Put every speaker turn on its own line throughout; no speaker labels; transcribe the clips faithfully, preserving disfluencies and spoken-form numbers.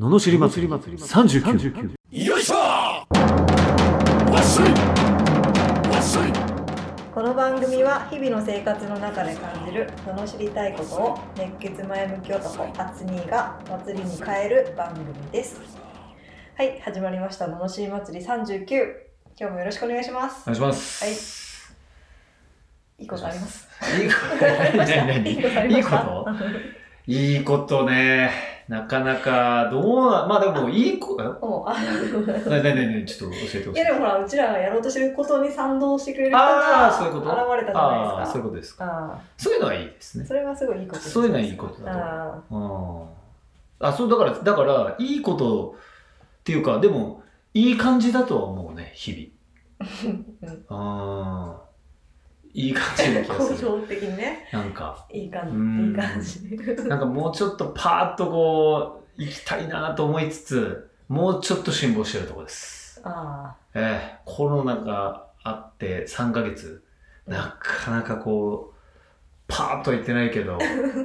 ののしり祭りさんじゅうきゅう。
よいしょわっしょいわっしょい。
この番組は日々の生活の中で感じる罵りたいことを熱血前向き男アツニーが祭りに変える番組です。はい、始まりました罵り祭りさんじゅうきゅう。今日もよろしくお願いします。
お願いします。
はい。いいことあります。
いいこと何
いいことありました。
いいことね。なかなかどうな、まあでもいいこと。
おあ、
なななちょっと教えてほしい。
いやでもほらうちらがやろうとしてることに賛同してくれる人
ああ、そういうこと
が現れたじゃないですか。
ああ、そういうことですか。
あ
そういうのはいいですね。
それはすごいいいことです。
そういうのはいいことだと思う。ああ、そうだからだからいいことっていうかでもいい感じだとは思うね日々。うん、ああ。いい感じな気がする。
向上的にね。なんかいい感じ、いい感じ。
なんかもうちょっとパーッとこう行きたいなと思いつつ、もうちょっと辛抱してるところです。ああ。ええー、コロナがあってさんかげつ、うん、なかなかこうパーッと行ってないけど。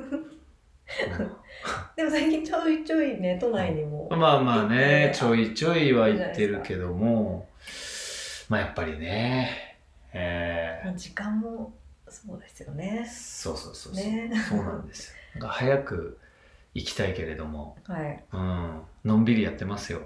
でも最近ちょいちょいね都内にも。
まあまあねちょいちょいは行ってるけども、まあやっぱりね。えー、
時間もそうですよね。
そうそうそうそう、
ね、
そうなんですよ。なんか早く行きたいけれども、
はい、
うん、のんびりやってますよ。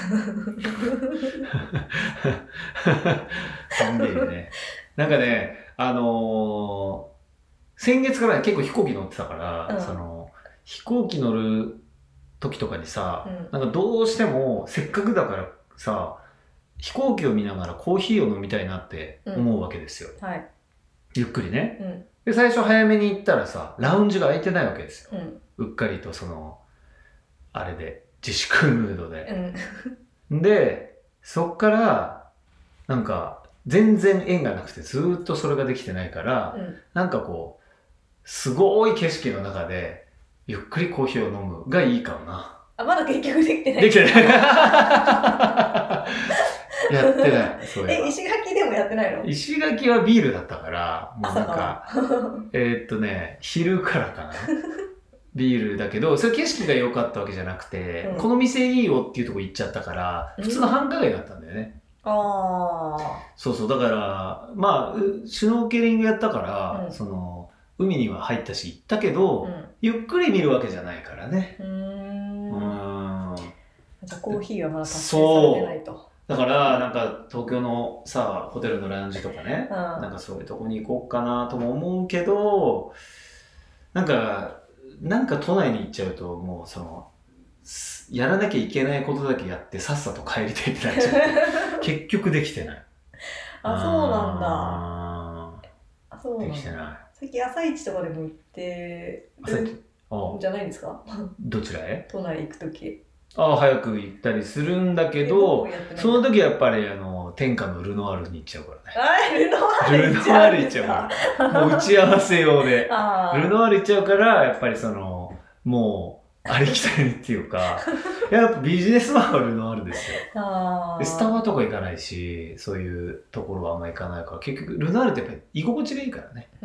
のんびりね。なんかね、あのー、先月から結構飛行機乗ってたから、うん、その飛行機乗る時とかにさ、うん、なんかどうしてもせっかくだからさ。飛行機を見ながらコーヒーを飲みたいなって思うわけですよ、うんはい、ゆっくりね、うん、で最初早めに行ったらさラウンジが空いてないわけですよ、うん、うっかりとそのあれで自粛ムードで、うん、でそっからなんか全然縁がなくてずっとそれができてないから、うん、なんかこうすごい景色の中でゆっくりコーヒーを飲むがいいかもな。
あ、まだ結局できてない。
できてないやってない。そういえば。
え、石垣でもやってないの？
石垣はビールだったから、もうなんか、えーっとね、昼からかな。ビールだけど、それ景色が良かったわけじゃなくて、うん、この店いいよっていうとこ行っちゃったから、普通の繁華街だったんだよね。うん、ああ。そうそう、だから、まあ、シュノーケリングやったから、うん、その、海には入ったし行ったけど、うん、ゆっくり見るわけじゃないからね。うーん。うーん。
じゃあコーヒーはまだ達成されてないと。
だからなんか東京のさホテルのラウンジとかね、うん、なんかそういうとこに行こうかなとも思うけど、なんかなんか都内に行っちゃうともうそのやらなきゃいけないことだけやってさっさと帰りたいってなっちゃって結局できてない。
あ、そうなんだ。あ、そうなんだ。
できてない。
最近朝一とかでも行ってるじゃないんですか？
どちらへ？
都内行くとき。
ああ早く行ったりするんだけど、その時はやっぱりあの天下のルノワールに行っちゃうからね。
あルノワール
ルノワール行っちゃうからもう打ち合わせ用でルノワール行っちゃうからやっぱりそのもうありきたりっていうかやっぱビジネスマンはルノワールですよ。あでスタバとか行かないしそういうところはあんま行かないから結局ルノワールってやっぱり居心地がいいからね。うん、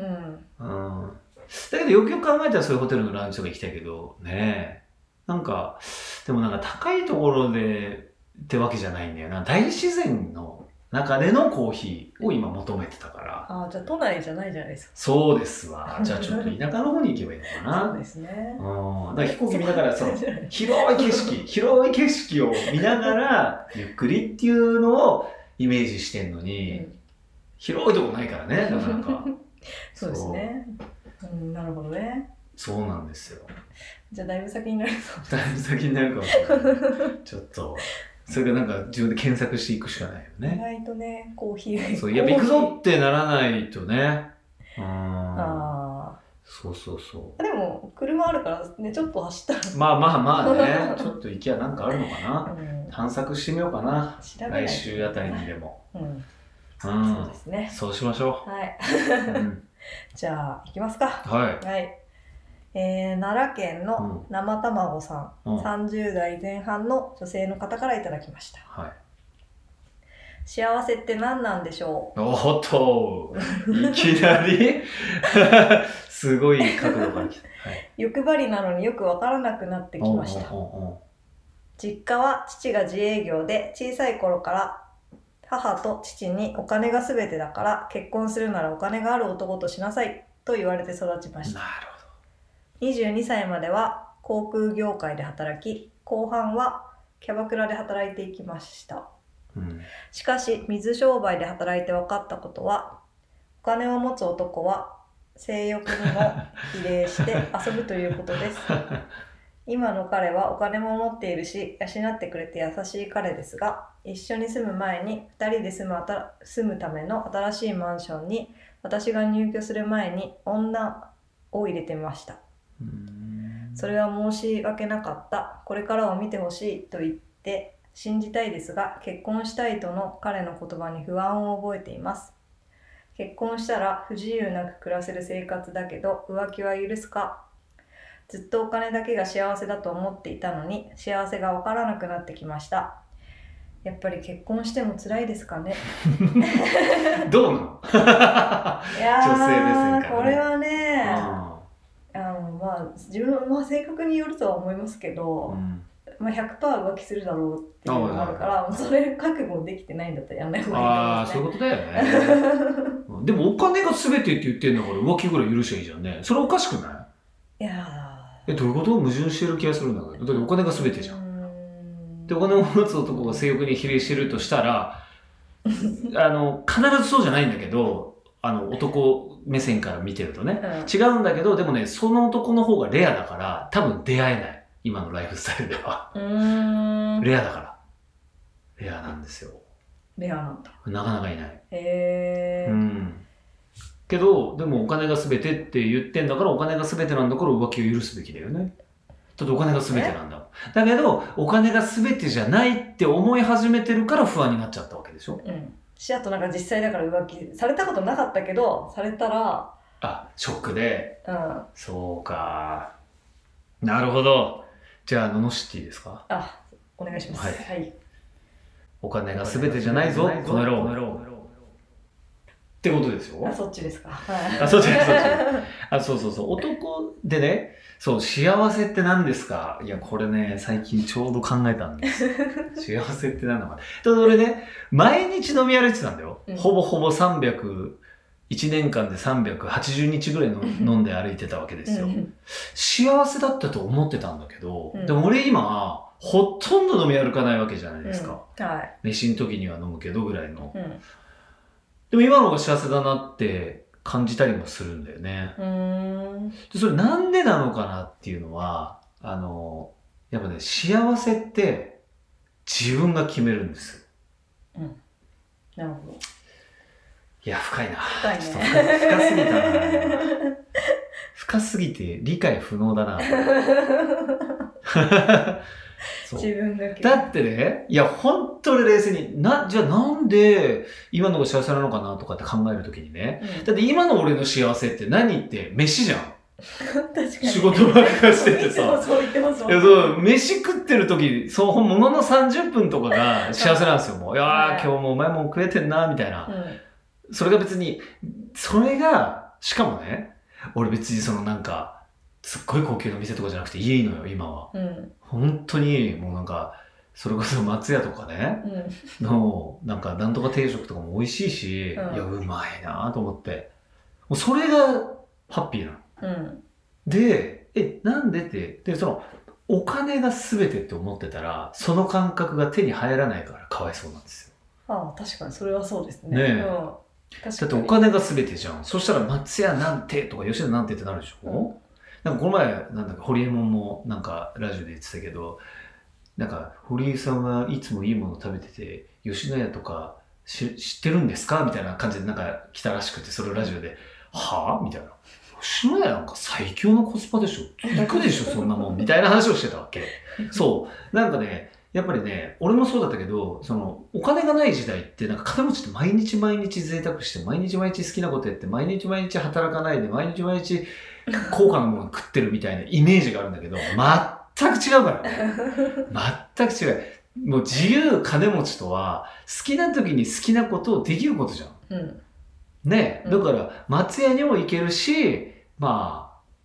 うん、だけどよくよく考えたらそういうホテルのラウンジとか行きたいけどねえなんかでもなんか高いところでってわけじゃないんだよな。大自然の中でのコーヒーを今求めてたから。
ああ、じゃあ都内じゃないじゃないですか。
そうですわ。じゃあちょっと田舎の方に行けばいいのかな。
そうですね。
うん。だから飛行機見ながらその広い景色、広い景色を見ながらゆっくりっていうのをイメージしてんのに、うん、広いとこないからね、なかなか。
そうですね。うん、なるほどね。
そうなんですよ。
じゃあだいぶ先になる
と。だいぶ先になるかもしれない。ちょっとそれがなんか自分で検索していくしかないよね。
意外とねコーヒー。
そういや行くぞってならないとね。うん。ああ。そうそうそう。
でも車あるからねちょっと走ったら。
まあまあまあね。ちょっと行きゃなんかあるのかな。うん、探索してみようかな。来週あたりにでも。うん。うん、
そうですね。
そうしましょう。
はい。うん、じゃあ行きますか。
はい。
はい。えー、奈良県の生卵さん、うん、さんじゅう代前半の女性の方からいただきました、はい、幸せって何なんでしょう。
おっといきなりすごい角度から来た、はい、
欲張りなのによくわからなくなってきました。おうおうおう実家は父が自営業で、小さい頃から母と父にお金が全てだから結婚するならお金がある男としなさいと言われて育ちました。
なる
にじゅうにさいまでは航空業界で働き、後半はキャバクラで働いていきました。
ほど、うん、
しかし水商売で働いて分かったことは、お金を持つ男は性欲にも比例して遊ぶということです。今の彼はお金も持っているし、養ってくれて優しい彼ですが、一緒に住む前にふたりで住むあた住むための新しいマンションに私が入居する前に女を入れてました。
うーん
それは申し訳なかった。これからを見てほしいと言って信じたいですが、結婚したいとの彼の言葉に不安を覚えています。結婚したら不自由なく暮らせる生活だけど浮気は許すか？ずっとお金だけが幸せだと思っていたのに幸せが分からなくなってきました。やっぱり結婚しても辛いですかね。
どうなの？
いやー、
女性目線からね
これはね、
あ
あのまあ自分の、まあ、性格によるとは思いますけど、
うん
まあ、ひゃくパーセント 浮気するだろうっていうのがあるから、もうそれ覚悟できてないんだったらやんない方がいいと思い
ああ、
ますね。
そういうことだよね。でもお金が全てって言ってんだから浮気ぐらい許しゃいいじゃんね。それおかしくない？
いや
え、どういうこと？矛盾してる気がするんだけど。だってお金が全てじゃん。で、お金を持つ男が性欲に比例してるとしたら、あの、必ずそうじゃないんだけど、あの、男目線から見てるとね、
うん
違うんだけど、でもね、その男の方がレアだから、多分出会えない。今のライフスタイルでは。
うーん
レアだから。レアなんですよ。
レアなんだ。
なかなかいない。
へー、
うん。けど、でもお金が全てって言ってんだから、お金が全てなんだから浮気を許すべきだよね。だってお金が全てなんだ。だけど、お金が全てじゃないって思い始めてるから不安になっちゃったわけでしょ。
うんし、あとなんか実際だから浮気されたことなかったけど、されたら、
あ、ショックで。
うん、
そうか。なるほど。じゃあ、罵っていいですか？
あ、お願いします。
はい
はい。
お金が全てじゃないぞ、この野郎。ってことですよ。
あ、そっちですか。はい。
あ、そうじゃない、そっち。あ、そうそうそう。男でね、そう、幸せって何ですか？いや、これね、最近ちょうど考えたんです。幸せって何なのか。ただ俺ね、毎日飲み歩いてたんだよ。
うん、
ほぼほぼさんびゃく、いちねんかんでさんびゃくはちじゅうにちぐらいの飲んで歩いてたわけですよ。幸せだったと思ってたんだけど、
うん、
でも俺今、ほとんど飲み歩かないわけじゃないですか。
うん、はい。
飯の時には飲むけどぐらいの。
うん、
でも今の方が幸せだなって感じたりもするんだよね。
うーん。
でそれなんでなのかなっていうのは、あの、やっぱね、幸せって自分が決めるんですよ。
うん。なるほど。
いや、深いな。
深いね。
ちょっと深深すぎたな。深すぎて理解不能だな。そう
自分が
だってね、いや、本当に冷静に、な、じゃあなんで今のが幸せなのかなとかって考えるときにね、
うん、
だって今の俺の幸せって何って飯じゃん。
確かに。
仕事ばっかしててさ。
そう言ってますもん。
いや、そう、飯食ってる時、そう、もののさんじゅっぷんとかが幸せなんですよ、もう。いやー、今日もうまいもん食えてんな、みたいな。
うん、
それが別に、それが、しかもね、俺別にそのなんか、すっごい高級な店とかじゃなくていいのよ、今は。
うん、
本当に、もうなんか、それこそ松屋とかね、
うん、
の、なんか、なんとか定食とかも美味しいし、
うん、
いや、うまいなと思って。もうそれがハッピーなの。
うん、
で、え、なんでって、で、その、お金が全てって思ってたら、その感覚が手に入らないからかわいそうなんですよ。
ああ、確かにそれはそうですね。
ねえ。
うん、
だってお金が全てじゃん。そしたら松屋なんてとか吉田なんてってなるでしょ、うん、なんかこの前、なんだか、ホリエモンもなんかラジオで言ってたけど、なんか、堀江さんはいつもいいもの食べてて、吉野家とかし知ってるんですかみたいな感じでなんか来たらしくて、それをラジオで、はぁみたいな。吉野家なんか最強のコスパでしょ行くでしょそんなもんみたいな話をしてたわけ。そう。なんかね、やっぱりね、俺もそうだったけど、その、お金がない時代って、なんか金持ちって毎日毎日贅沢して、毎日毎日好きなことやって、毎日毎日働かないで、毎日毎日高価なもの食ってるみたいなイメージがあるんだけど、全く違うからね。全く違う。もう自由金持ちとは、好きな時に好きなことをできることじゃん。
うん、
ねえ、だから松屋にも行けるし、まあ、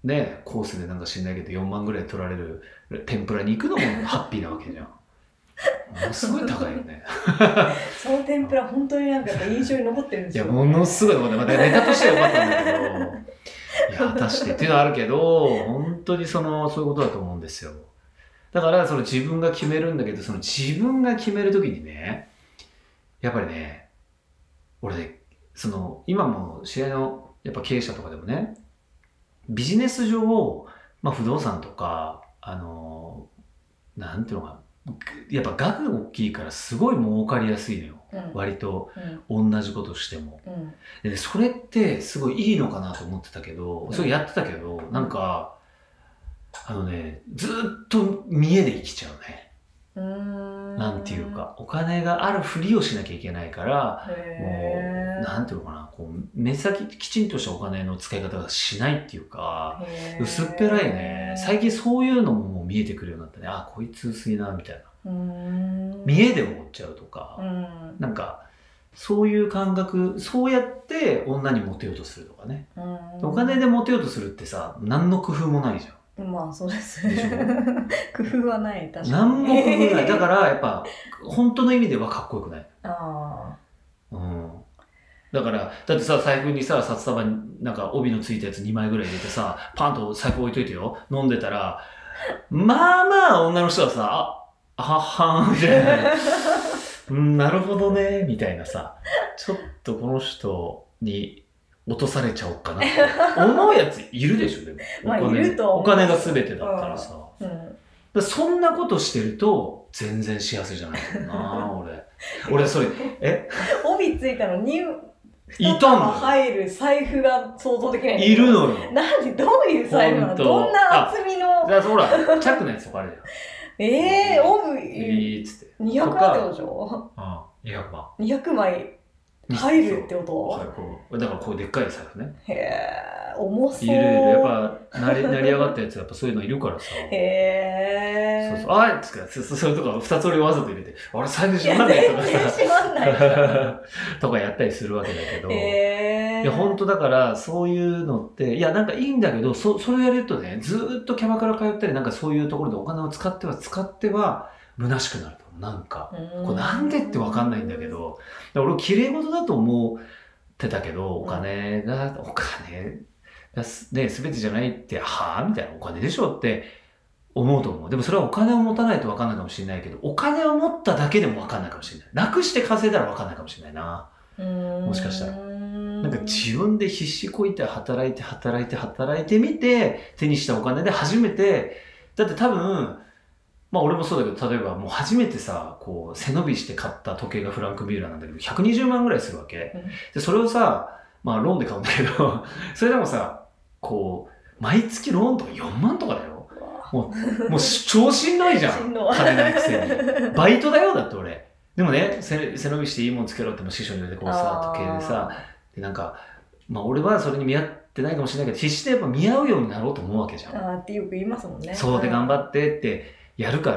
ねコースでなんか知んないけどよんまんぐらい取られる天ぷらに行くのもハッピーなわけじゃん。ものすごい高いよね。
その天ぷら本当になんかやっぱ印象に残ってるんですよ、
いやものすごい残ってまたネタとしては良かったんだけどいや果たしてっていうのはあるけど本当にそのそういうことだと思うんですよ。だからその自分が決めるんだけどその自分が決めるときにねやっぱりね俺ねその今も試合のやっぱ経営者とかでもねビジネス上、まあ、不動産とかあのなんていうのかなやっぱ額が大きいからすごい儲かりやすいのよ、うん、割と同じことしても、うん、でね、それってすごいいいのかなと思ってたけど、うん、それやってたけどなんかあのねずっと見栄で生きちゃうね。うーんなんていうかお金があるふりをしなきゃいけないからもうなんていうのかなこう目先きちんとしたお金の使い方がしないっていうか薄っぺらいね。最近そういうのももう見えてくるようになったね。あこいつ薄いなみたいなうーん見栄で思っちゃうとかうんなんかそういう感覚そうやって女にモテようとするとかね。うんお金でモテようとするってさ何の工夫もないじゃん。まあそうですね。工夫はない確かに。何も工夫ない。だからやっぱ本当の意味ではかっこよくない。ああ。うん。だからだってさ財布にさ札束になんか帯のついたやつにまいぐらい入れてさパンと財布置いといてよ飲んでたらまあまあ女の人はさああははんみたいな。うんなるほどねみたいなさちょっとこの人に。落とされちゃおうかなって思うやついるでしょでもまあいると思うお金が全てだったらさ、うん、だそんなことしてると全然幸せじゃないもんな俺俺それえ帯ついたのにいたの入る財布が想像できないんだけどいるのよ。なんでどういう財布なのどんな厚みのじゃあほらチャックのやつとかあるじゃんええー、帯いいっつってにひゃくまんってことでしょああにひゃくまんにひゃくまい入るってこと？はい、こう。だからこうでっかい財布ね。へえ、重そう。いるいる。やっぱ、なり、成り上がったやつやっぱそういうのいるからさ。へえ。そうそう。あーっつって、そそういうとこ二つ折りわざと入れて、あれ財布閉まんないとかさ。全然閉まんないとかやったりするわけだけど。へー。いや、ほんとだから、そういうのって、いや、なんかいいんだけど、そ、それやるとね、ずーっとキャバクラ通ったり、なんかそういうところでお金を使っては使っては、虚しくなると。なんか、これなんでってわかんないんだけど、俺綺麗事だと思ってたけど、お金が、お金がね、すべてじゃないって、はぁみたいなお金でしょって思うと思う。でもそれはお金を持たないとわかんないかもしれないけど、お金を持っただけでもわかんないかもしれない。楽して稼いだらわかんないかもしれないな。もしかしたら。なんか自分で必死こいて働いて働いて働いてみて、手にしたお金で初めて、だって多分、まあ俺もそうだけど、例えばもう初めてさ、こう背伸びして買った時計がフランク・ミューラーなんだけど、ひゃくにじゅうまんぐらいするわけ。うん、で、それをさ、まあローンで買うんだけど、それでもさ、こう、毎月ローンとかよんまんとかだよ。もう、もう超しんどいじゃん。金ないくせに。バイトだよ、だって俺。でもね、背伸びしていいもんつけろっても師匠に言われてこうさ、時計でさ、でなんか、まあ俺はそれに見合ってないかもしれないけど、必死でやっぱ見合うようになろうと思うわけじゃん。ああってよく言いますもんね。そうで頑張ってって、やるから、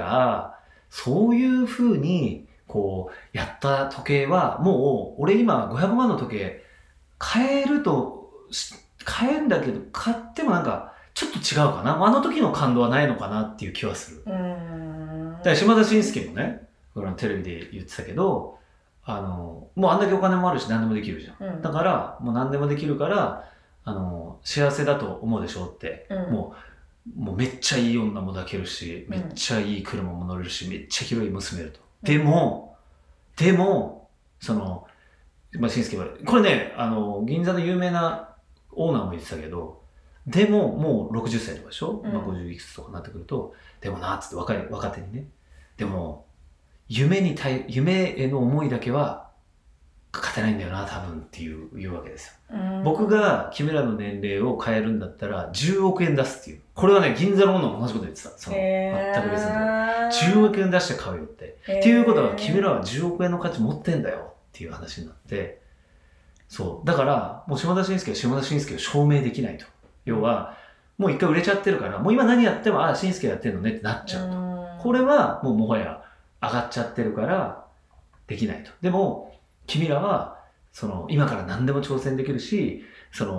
そういう風に、こう、やった時計は、もう、俺今ごひゃくまんの時計、買えると、買えるんだけど、買ってもなんか、ちょっと違うかな。あの時の感動はないのかなっていう気はする。うーん。だから島田紳介もね、テレビで言ってたけど、あの、もうあんだけお金もあるし何でもできるじゃん。うん、だから、もう何でもできるから、あの、幸せだと思うでしょって、うん、もう、もうめっちゃいい女も抱けるし、めっちゃいい車も乗れるし、めっちゃ広い娘いると。でも、でも、その、まあ、しんすけは、これね、あの、銀座の有名なオーナーも言ってたけど、でも、もうろくじゅっさいとかでしょ、うん、まあ、ごじゅういくつとかになってくると、でもな、つって若い、若手にね。でも、夢に対、夢への思いだけは、勝てないんだよな、多分っていう、言うわけですよ。僕がキメラの年齢を変えるんだったらじゅうおくえん出すっていう。これはね、銀座の女も同じこと言ってた。その、全く別に。じゅうおくえん出して買うよって。っていうことは、キメラはじゅうおくえんの価値持ってんだよっていう話になって、そう。だから、もう島田紳介は島田紳介を証明できないと。要は、もう一回売れちゃってるから、もう今何やっても、ああ、紳介やってんのねってなっちゃうと。これは、もうもはや上がっちゃってるから、できないと。でも、君らは、その、今から何でも挑戦できるし、その、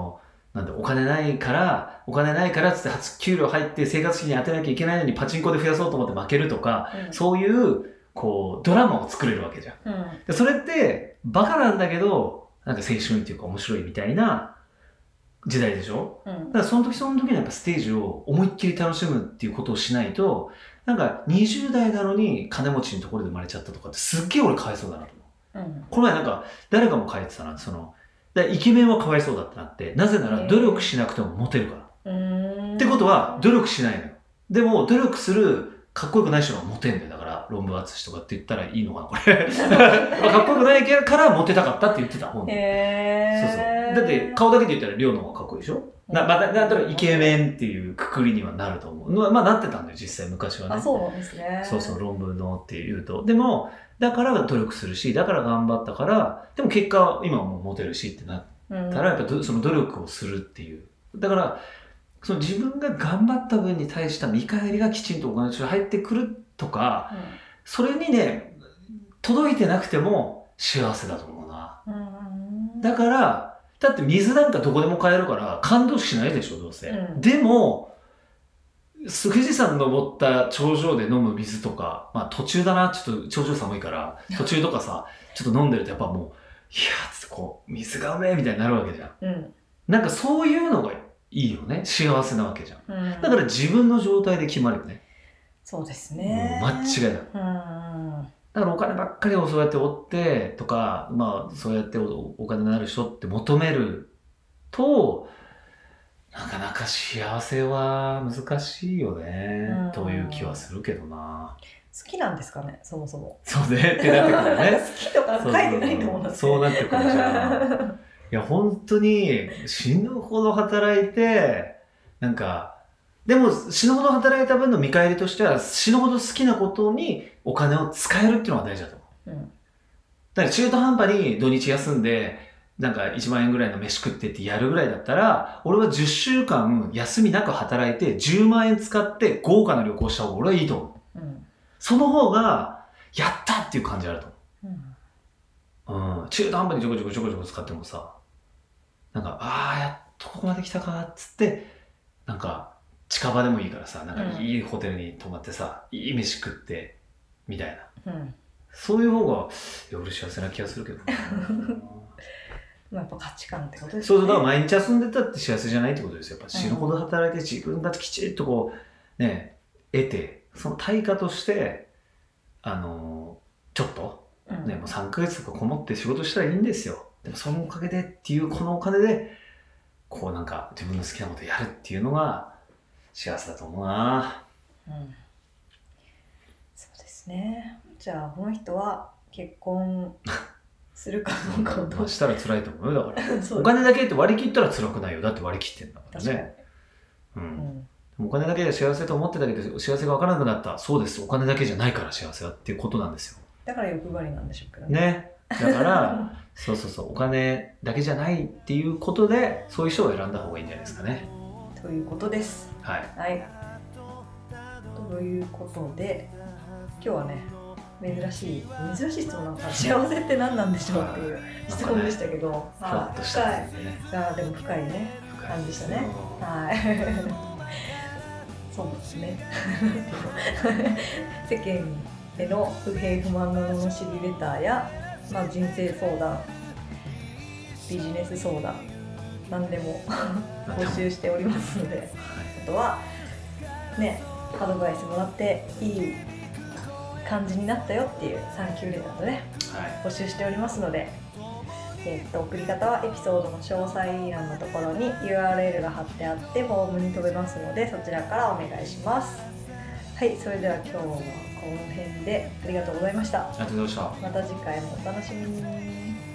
なんでお金ないからお金ないからっつって初給料入って生活費に当てなきゃいけないのにパチンコで増やそうと思って負けるとか、うん、そういうこうドラマを作れるわけじゃん、うん、でそれってバカなんだけどなんか青春っていうか面白いみたいな時代でしょ、うん、だからその時その時にやっぱステージを思いっきり楽しむっていうことをしないとなんかにじゅう代なのに金持ちのところで生まれちゃったとかってすっげえ俺かわいそうだなと思う、うん、この前なんか誰かも書いてたなそのだイケメンはかわいそうだってなってなぜなら努力しなくてもモテるから、ってことは努力しないのよでも努力するかっこよくない人がモテんだよだから論文厚しとかって言ったらいいのかなこれかっこよくないからモテたかったって言ってた本でそうそうだって顔だけで言ったらリョウの方がかっこいいでしょな、まあ、なんとなくイケメンっていうくくりにはなると思うまあなってたんだよ実際昔はね
あそうなんですね
そうそう論文のっていうとでもだから努力するしだから頑張ったからでも結果今はもうモテるしってなったらやっぱその努力をするっていうだからその自分が頑張った分に対した見返りがきちんとお金として入ってくるとか、うん、それにね届いてなくても幸せだと思うな、うん、だからだって水なんかどこでも買えるから感動しないでしょどうせ、うん、でも富士山登った頂上で飲む水とかまあ途中だなちょっと頂上寒いから途中とかさちょっと飲んでるとやっぱもういやーつってこう水がうめえみたいになるわけじゃん、うん、なんかそういうのがいいよね幸せなわけじゃん、うん、だから自分の状態で決まるよね
そうですね
もう間違いない、うん、だからお金ばっかりをそうやって追ってとかまあそうやって お, お金のある人って求めるとなかなか幸せは難しいよね、うん、という気はするけどな
好きなんですかねそもそも
そうねってなってくるね
好きとか書いてないと思うんです
そうなってくるじゃんいや本当に死ぬほど働いてなんかでも死ぬほど働いた分の見返りとしては死ぬほど好きなことにお金を使えるっていうのが大事だと思う、うん、だから中途半端に土日休んでなんかいちまんえんぐらいの飯食ってってやるぐらいだったら俺はじゅっしゅうかん休みなく働いてじゅうまんえん使って豪華な旅行した方が俺はいいと思う、うん、その方がやったっていう感じあると思う、うんうん、中途半端にちょこちょこちょこちょこ使ってもさなんかああやっとここまで来たかっつってなんか近場でもいいからさなんかいいホテルに泊まってさ、うん、いい飯食ってみたいな、うん、そういう方がいや俺幸せな気がするけど
やっぱ価値観ってことですね。
そうそうだから毎日遊んでたって幸せじゃないってことですよ。やっぱ死ぬほど働いて自分がきちっとこうね得てその対価としてあのちょっと、うんね、もうさんかげつとかこもって仕事したらいいんですよ。でもそのおかげでっていうこのお金でこうなんか自分の好きなことやるっていうのが幸せだと思うな、うん、
そうですね。じゃあこの人は結婚するかどうかをどう
したら辛いと思うよだからお金だけって割り切ったら辛くないよだって割り切ってんだからね、うんうん、お金だけで幸せと思ってたけど幸せが分からなくなったそうですお金だけじゃないから幸せだっていうことなんですよ
だから欲張りなんでしょうけどね
ねだからそうそうそうお金だけじゃないっていうことでそういう人を選んだ方がいいんじゃないですかね
ということです
はい、
はい、ということで今日はね珍しい珍しい質問なんか幸せって何なんでしょうっていう質問でしたけど、
ふわっとした
ですねあでも深いね感じでしたねはいそうですね世間への不平不満の罵りレターや、まあ、人生相談ビジネス相談何でも募集しておりますのであとはねアドバイスもらっていい感じになったよっていうサンキューレターとね、はい、募集しておりますので、えー、っと送り方はエピソードの詳細欄のところに ユーアールエル が貼ってあってフォームに飛べますのでそちらからお願いします。はい、それでは今日はこの辺でありがとうございました。
ありがとうございました。
また次回もお楽しみに。